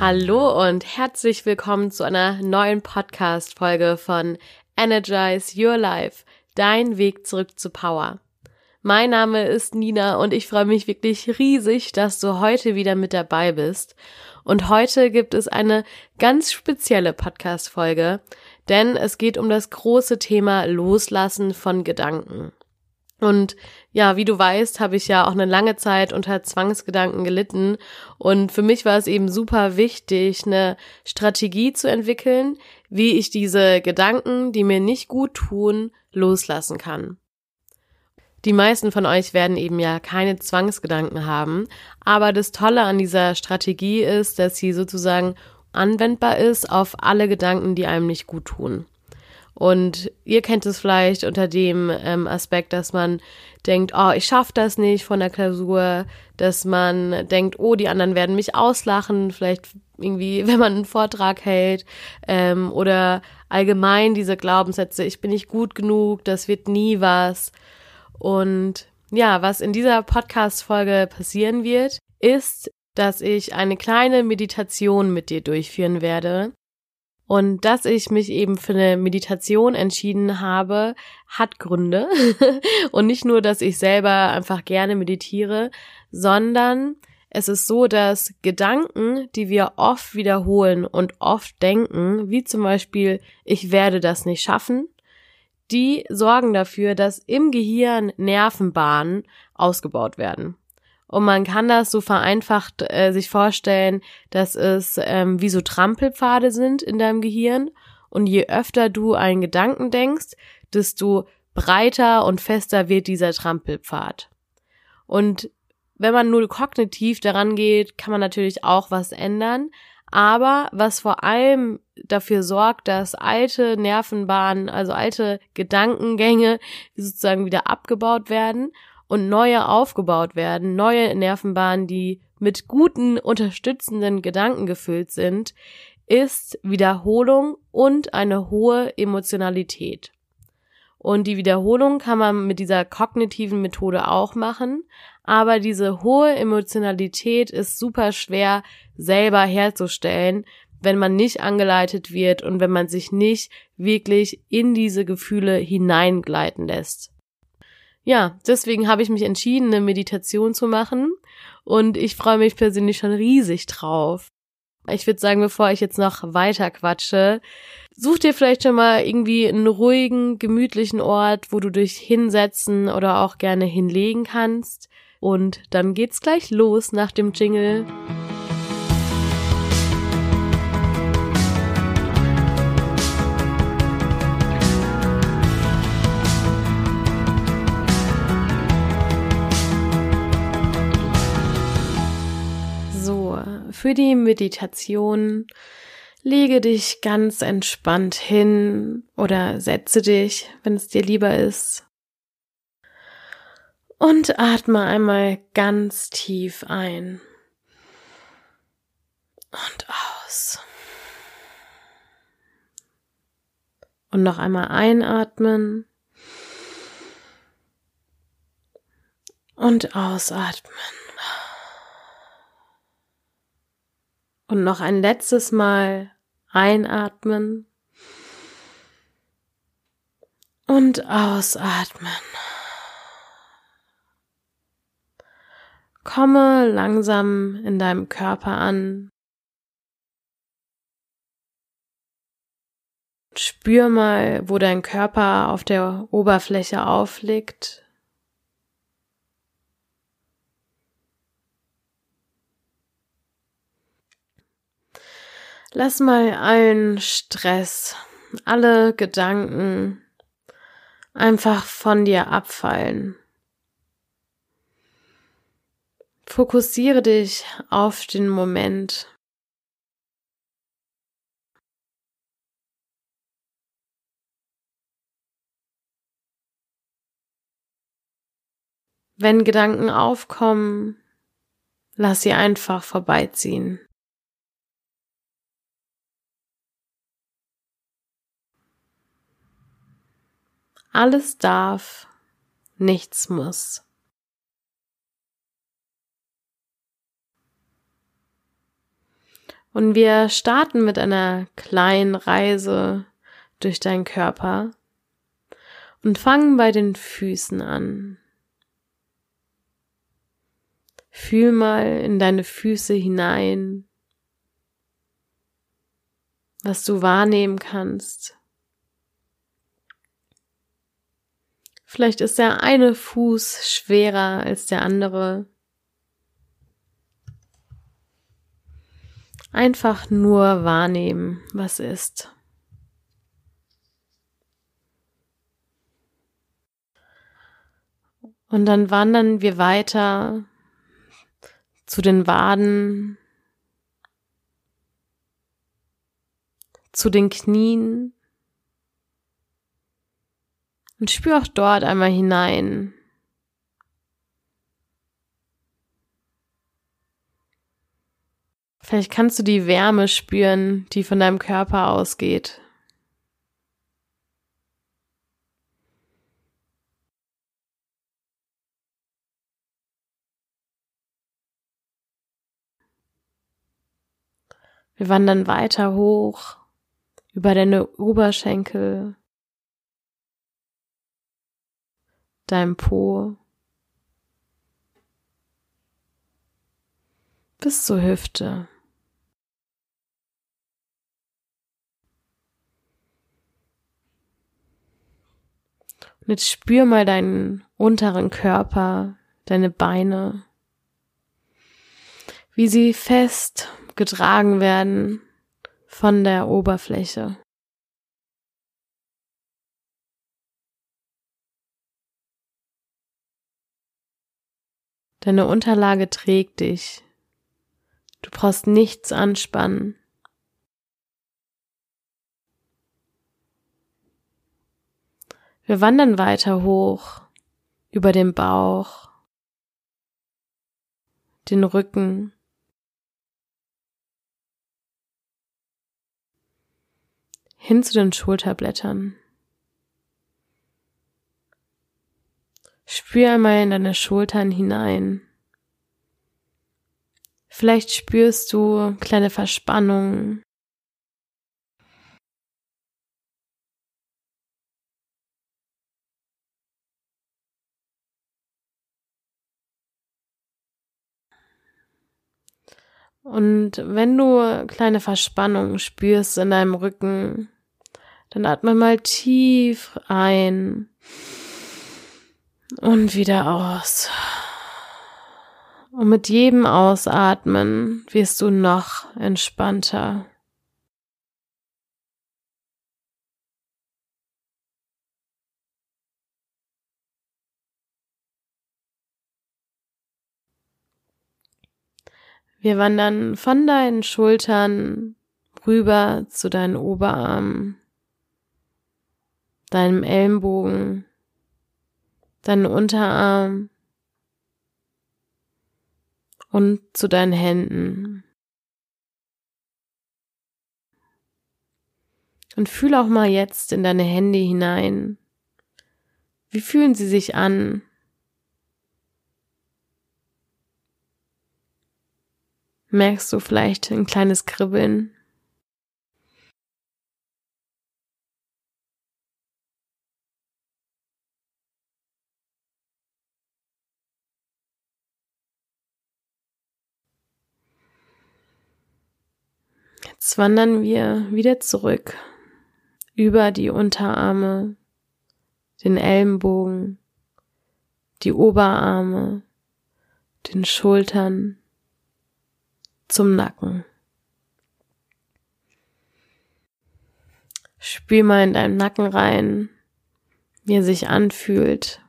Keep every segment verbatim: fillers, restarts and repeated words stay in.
Hallo und herzlich willkommen zu einer neuen Podcast-Folge von Energize Your Life, dein Weg zurück zu Power. Mein Name ist Nina und ich freue mich wirklich riesig, dass du heute wieder mit dabei bist. Und heute gibt es eine ganz spezielle Podcast-Folge, denn es geht um das große Thema Loslassen von Gedanken. Und ja, wie du weißt, habe ich ja auch eine lange Zeit unter Zwangsgedanken gelitten und für mich war es eben super wichtig, eine Strategie zu entwickeln, wie ich diese Gedanken, die mir nicht gut tun, loslassen kann. Die meisten von euch werden eben ja keine Zwangsgedanken haben, aber das Tolle an dieser Strategie ist, dass sie sozusagen anwendbar ist auf alle Gedanken, die einem nicht gut tun. Und ihr kennt es vielleicht unter dem ähm, Aspekt, dass man denkt, oh, ich schaffe das nicht von der Klausur, dass man denkt, oh, die anderen werden mich auslachen, vielleicht irgendwie, wenn man einen Vortrag hält, ähm, oder allgemein diese Glaubenssätze, ich bin nicht gut genug, das wird nie was. Und ja, was in dieser Podcast-Folge passieren wird, ist, dass ich eine kleine Meditation mit dir durchführen werde. Und dass ich mich eben für eine Meditation entschieden habe, hat Gründe. Und nicht nur, dass ich selber einfach gerne meditiere, sondern es ist so, dass Gedanken, die wir oft wiederholen und oft denken, wie zum Beispiel, ich werde das nicht schaffen, die sorgen dafür, dass im Gehirn Nervenbahnen ausgebaut werden. Und man kann das so vereinfacht äh, sich vorstellen, dass es ähm, wie so Trampelpfade sind in deinem Gehirn. Und je öfter du einen Gedanken denkst, desto breiter und fester wird dieser Trampelpfad. Und wenn man nur kognitiv daran geht, kann man natürlich auch was ändern. Aber was vor allem dafür sorgt, dass alte Nervenbahnen, also alte Gedankengänge sozusagen wieder abgebaut werden und neue aufgebaut werden, neue Nervenbahnen, die mit guten, unterstützenden Gedanken gefüllt sind, ist Wiederholung und eine hohe Emotionalität. Und die Wiederholung kann man mit dieser kognitiven Methode auch machen, aber diese hohe Emotionalität ist super schwer selber herzustellen, wenn man nicht angeleitet wird und wenn man sich nicht wirklich in diese Gefühle hineingleiten lässt. Ja, deswegen habe ich mich entschieden, eine Meditation zu machen und ich freue mich persönlich schon riesig drauf. Ich würde sagen, bevor ich jetzt noch weiter quatsche, such dir vielleicht schon mal irgendwie einen ruhigen, gemütlichen Ort, wo du dich hinsetzen oder auch gerne hinlegen kannst. Und dann geht's gleich los nach dem Jingle. Für die Meditation lege dich ganz entspannt hin oder setze dich, wenn es dir lieber ist. Und atme einmal ganz tief ein und aus. Und noch einmal einatmen und ausatmen. Und noch ein letztes Mal einatmen und ausatmen. Komme langsam in deinem Körper an. Spür mal, wo dein Körper auf der Oberfläche aufliegt. Lass mal allen Stress, alle Gedanken einfach von dir abfallen. Fokussiere dich auf den Moment. Wenn Gedanken aufkommen, lass sie einfach vorbeiziehen. Alles darf, nichts muss. Und wir starten mit einer kleinen Reise durch deinen Körper und fangen bei den Füßen an. Fühl mal in deine Füße hinein, was du wahrnehmen kannst. Vielleicht ist der eine Fuß schwerer als der andere. Einfach nur wahrnehmen, was ist. Und dann wandern wir weiter zu den Waden, zu den Knien und spür auch dort einmal hinein. Vielleicht kannst du die Wärme spüren, die von deinem Körper ausgeht. Wir wandern weiter hoch über deine Oberschenkel, deinem Po, bis zur Hüfte. Und jetzt spür mal deinen unteren Körper, deine Beine, wie sie fest getragen werden von der Oberfläche. Deine Unterlage trägt dich. Du brauchst nichts anspannen. Wir wandern weiter hoch, über den Bauch, den Rücken, hin zu den Schulterblättern. Spür einmal in deine Schultern hinein. Vielleicht spürst du kleine Verspannungen. Und wenn du kleine Verspannungen spürst in deinem Rücken, dann atme mal tief ein und wieder aus. Und mit jedem Ausatmen wirst du noch entspannter. Wir wandern von deinen Schultern rüber zu deinen Oberarmen, deinem Ellenbogen, deinen Unterarm und zu deinen Händen. Und fühl auch mal jetzt in deine Hände hinein. Wie fühlen sie sich an? Merkst du vielleicht ein kleines Kribbeln? Jetzt wandern wir wieder zurück über die Unterarme, den Ellenbogen, die Oberarme, den Schultern, zum Nacken. Spür mal in deinen Nacken rein, wie er sich anfühlt.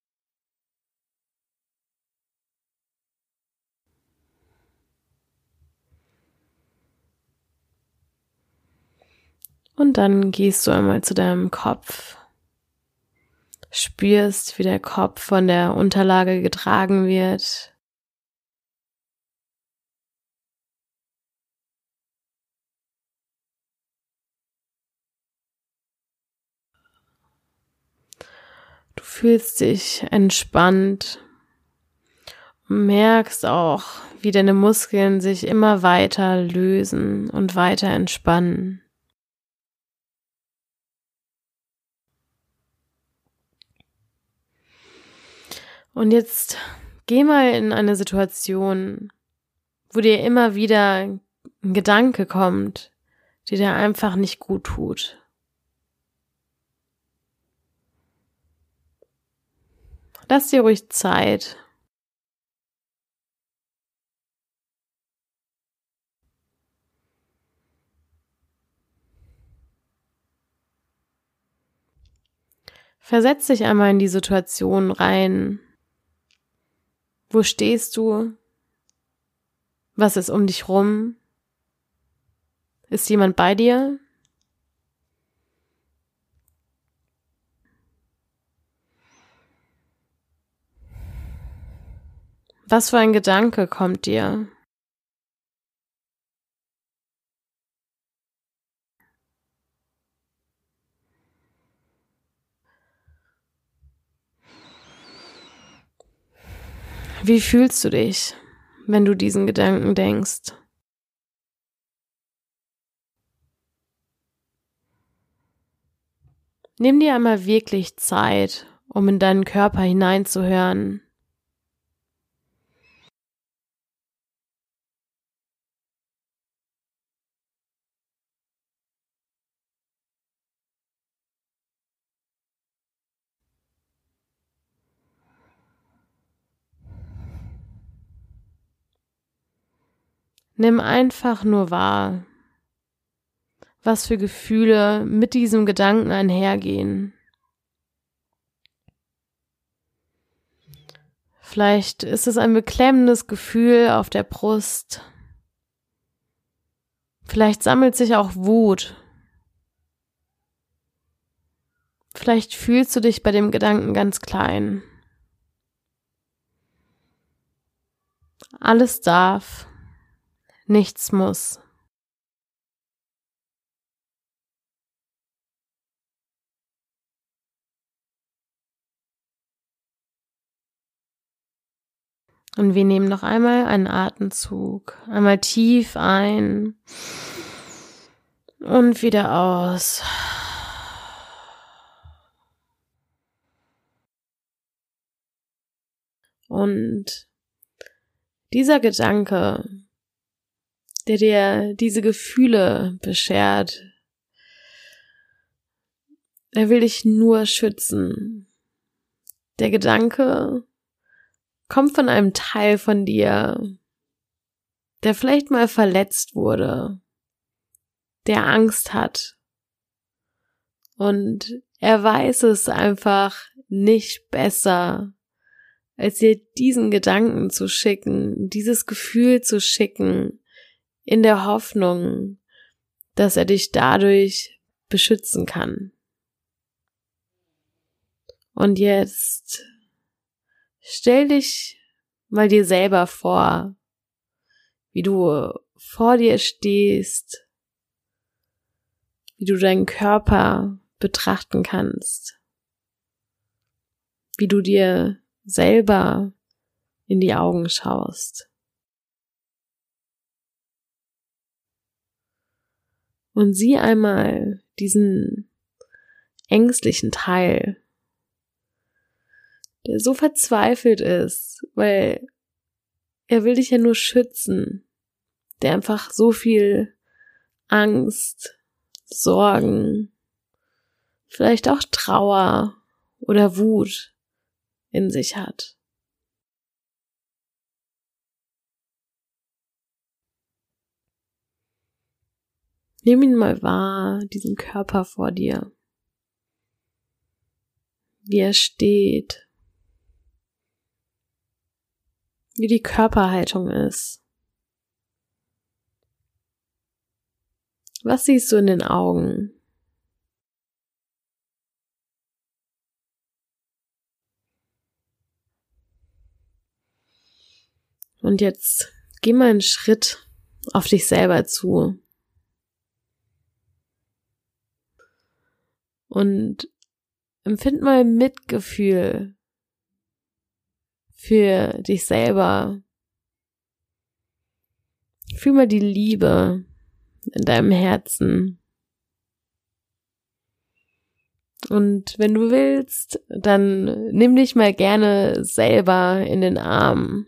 Und dann gehst du einmal zu deinem Kopf. Spürst, wie der Kopf von der Unterlage getragen wird. Du fühlst dich entspannt merkst auch, wie deine Muskeln sich immer weiter lösen und weiter entspannen. Und jetzt geh mal in eine Situation, wo dir immer wieder ein Gedanke kommt, der dir einfach nicht gut tut. Lass dir ruhig Zeit. Versetz dich einmal in die Situation rein. Wo stehst du? Was ist um dich rum? Ist jemand bei dir? Was für ein Gedanke kommt dir? Wie fühlst du dich, wenn du diesen Gedanken denkst? Nimm dir einmal wirklich Zeit, um in deinen Körper hineinzuhören. Nimm einfach nur wahr, was für Gefühle mit diesem Gedanken einhergehen. Vielleicht ist es ein beklemmendes Gefühl auf der Brust. Vielleicht sammelt sich auch Wut. Vielleicht fühlst du dich bei dem Gedanken ganz klein. Alles darf, nichts muss. Und wir nehmen noch einmal einen Atemzug. Einmal tief ein und wieder aus. Und dieser Gedanke, der dir diese Gefühle beschert, er will dich nur schützen. Der Gedanke kommt von einem Teil von dir, der vielleicht mal verletzt wurde, der Angst hat. Und er weiß es einfach nicht besser, als dir diesen Gedanken zu schicken, dieses Gefühl zu schicken, in der Hoffnung, dass er dich dadurch beschützen kann. Und jetzt stell dich mal dir selber vor, wie du vor dir stehst, wie du deinen Körper betrachten kannst, wie du dir selber in die Augen schaust. Und sieh einmal diesen ängstlichen Teil, der so verzweifelt ist, weil er will dich ja nur schützen, der einfach so viel Angst, Sorgen, vielleicht auch Trauer oder Wut in sich hat. Nimm ihn mal wahr, diesen Körper vor dir, wie er steht, wie die Körperhaltung ist. Was siehst du in den Augen? Und jetzt geh mal einen Schritt auf dich selber zu. Und empfind mal Mitgefühl für dich selber. Fühl mal die Liebe in deinem Herzen. Und wenn du willst, dann nimm dich mal gerne selber in den Arm.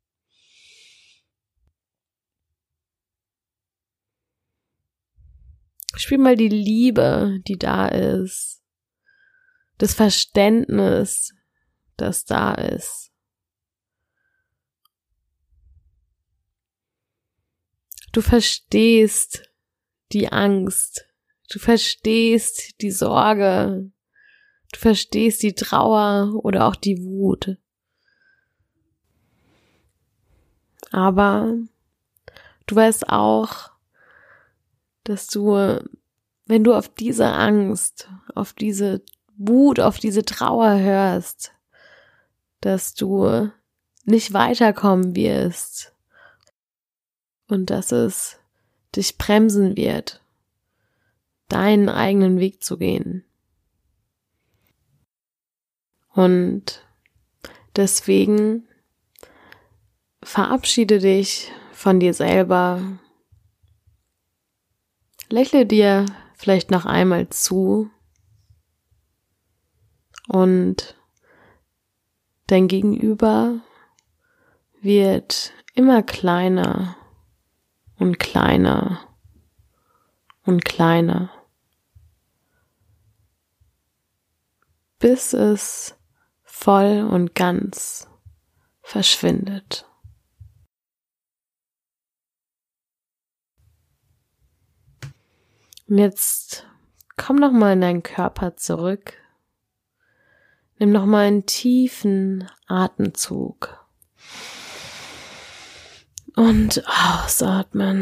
Spür mal die Liebe, die da ist. Das Verständnis, das da ist. Du verstehst die Angst. Du verstehst die Sorge. Du verstehst die Trauer oder auch die Wut. Aber du weißt auch, dass du, wenn du auf diese Angst, auf diese Wut, auf diese Trauer hörst, dass du nicht weiterkommen wirst und dass es dich bremsen wird, deinen eigenen Weg zu gehen. Und deswegen verabschiede dich von dir selber. Lächle dir vielleicht noch einmal zu und dein Gegenüber wird immer kleiner und kleiner und kleiner, bis es voll und ganz verschwindet. Und jetzt komm noch mal in deinen Körper zurück. Nimm noch mal einen tiefen Atemzug. Und ausatmen.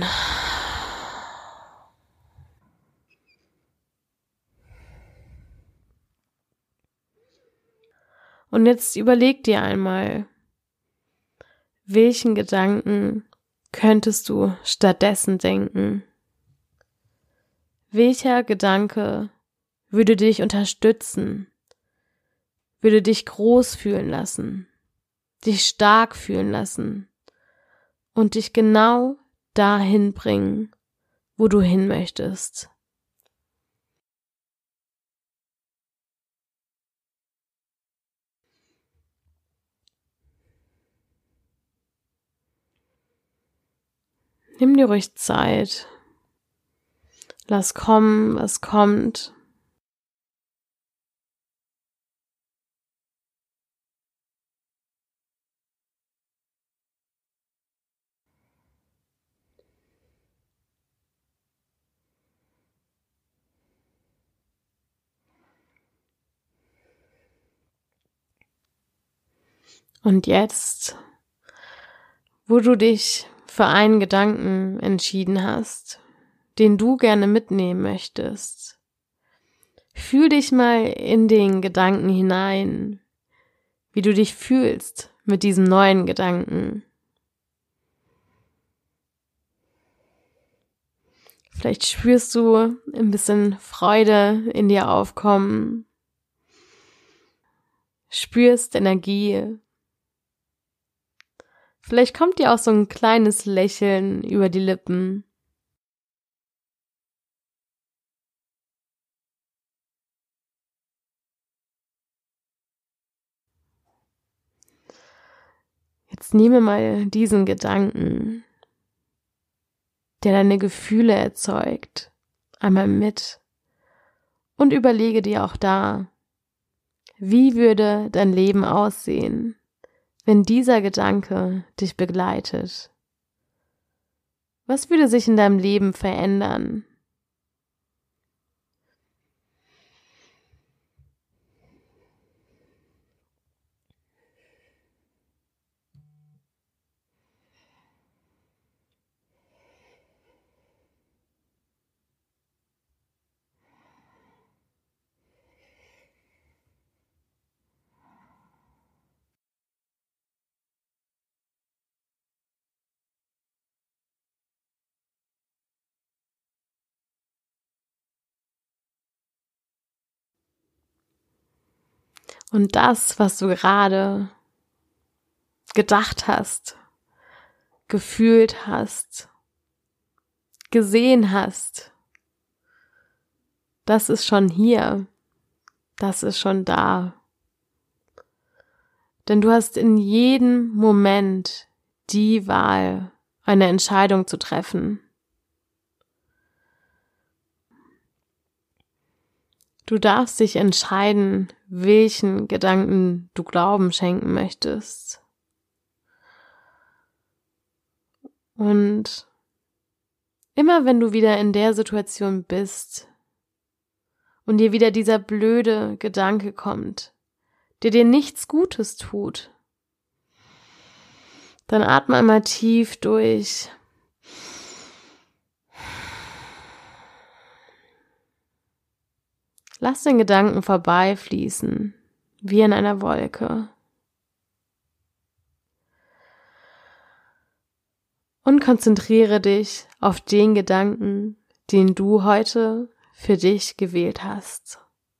Und jetzt überleg dir einmal, welchen Gedanken könntest du stattdessen denken? Welcher Gedanke würde dich unterstützen, würde dich groß fühlen lassen, dich stark fühlen lassen und dich genau dahin bringen, wo du hin möchtest? Nimm dir ruhig Zeit. Lass kommen, was kommt. Und jetzt, wo du dich für einen Gedanken entschieden hast, den du gerne mitnehmen möchtest, fühl dich mal in den Gedanken hinein, wie du dich fühlst mit diesem neuen Gedanken. Vielleicht spürst du ein bisschen Freude in dir aufkommen, spürst Energie. Vielleicht kommt dir auch so ein kleines Lächeln über die Lippen. Jetzt nehme mal diesen Gedanken, der deine Gefühle erzeugt, einmal mit und überlege dir auch da, wie würde dein Leben aussehen, wenn dieser Gedanke dich begleitet? Was würde sich in deinem Leben verändern? Und das, was du gerade gedacht hast, gefühlt hast, gesehen hast, das ist schon hier, das ist schon da. Denn du hast in jedem Moment die Wahl, eine Entscheidung zu treffen. Du darfst dich entscheiden, welchen Gedanken du Glauben schenken möchtest. Und immer wenn du wieder in der Situation bist und dir wieder dieser blöde Gedanke kommt, der dir nichts Gutes tut, dann atme einmal tief durch. Lass den Gedanken vorbeifließen, wie in einer Wolke. Und konzentriere dich auf den Gedanken, den du heute für dich gewählt hast.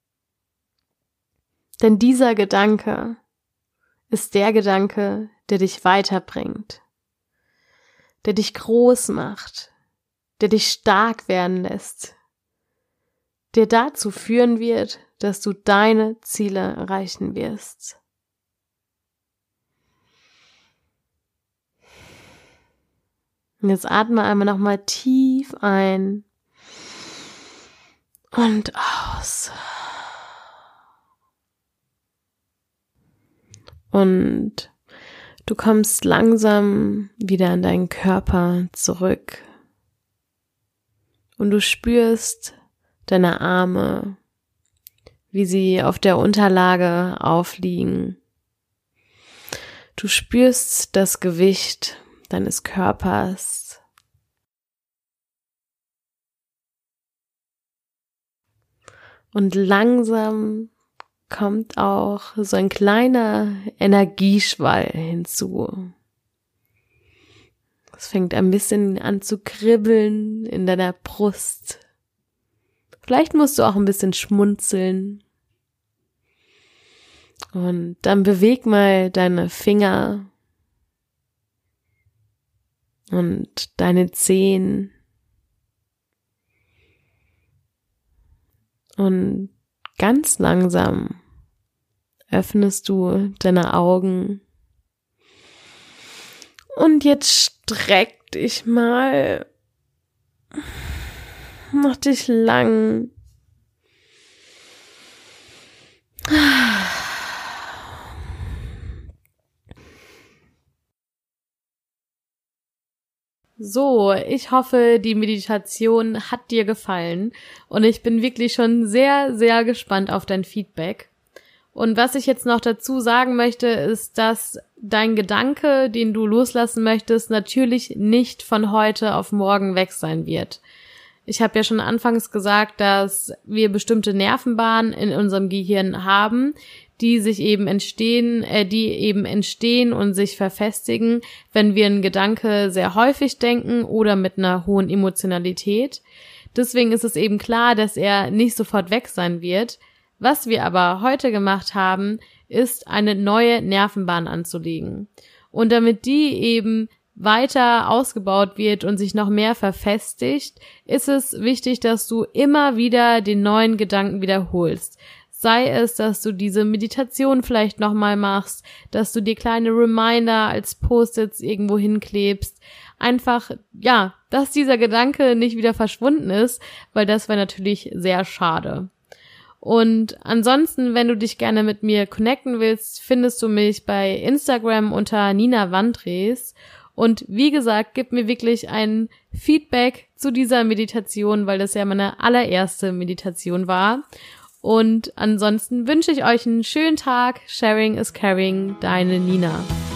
Denn dieser Gedanke ist der Gedanke, der dich weiterbringt, der dich groß macht, der dich stark werden lässt, der dazu führen wird, dass du deine Ziele erreichen wirst. Und jetzt atme einmal nochmal tief ein und aus. Und du kommst langsam wieder in deinen Körper zurück. Und du spürst deine Arme, wie sie auf der Unterlage aufliegen. Du spürst das Gewicht deines Körpers. Und langsam kommt auch so ein kleiner Energieschwall hinzu. Es fängt ein bisschen an zu kribbeln in deiner Brust. Vielleicht musst du auch ein bisschen schmunzeln. Und dann beweg mal deine Finger und deine Zehen. Und ganz langsam öffnest du deine Augen. Und jetzt streck dich mal. Mach dich lang. So, ich hoffe, die Meditation hat dir gefallen und ich bin wirklich schon sehr, sehr gespannt auf dein Feedback. Und was ich jetzt noch dazu sagen möchte, ist, dass dein Gedanke, den du loslassen möchtest, natürlich nicht von heute auf morgen weg sein wird. Ich habe ja schon anfangs gesagt, dass wir bestimmte Nervenbahnen in unserem Gehirn haben, die sich eben entstehen, äh, die eben entstehen und sich verfestigen, wenn wir einen Gedanke sehr häufig denken oder mit einer hohen Emotionalität. Deswegen ist es eben klar, dass er nicht sofort weg sein wird. Was wir aber heute gemacht haben, ist eine neue Nervenbahn anzulegen. Und damit die eben weiter ausgebaut wird und sich noch mehr verfestigt, ist es wichtig, dass du immer wieder den neuen Gedanken wiederholst. Sei es, dass du diese Meditation vielleicht nochmal machst, dass du dir kleine Reminder als Post-its irgendwo hinklebst. Einfach, ja, dass dieser Gedanke nicht wieder verschwunden ist, weil das wäre natürlich sehr schade. Und ansonsten, wenn du dich gerne mit mir connecten willst, findest du mich bei Instagram unter Nina Wandres. Und wie gesagt, gib mir wirklich ein Feedback zu dieser Meditation, weil das ja meine allererste Meditation war. Und ansonsten wünsche ich euch einen schönen Tag. Sharing is caring, deine Nina.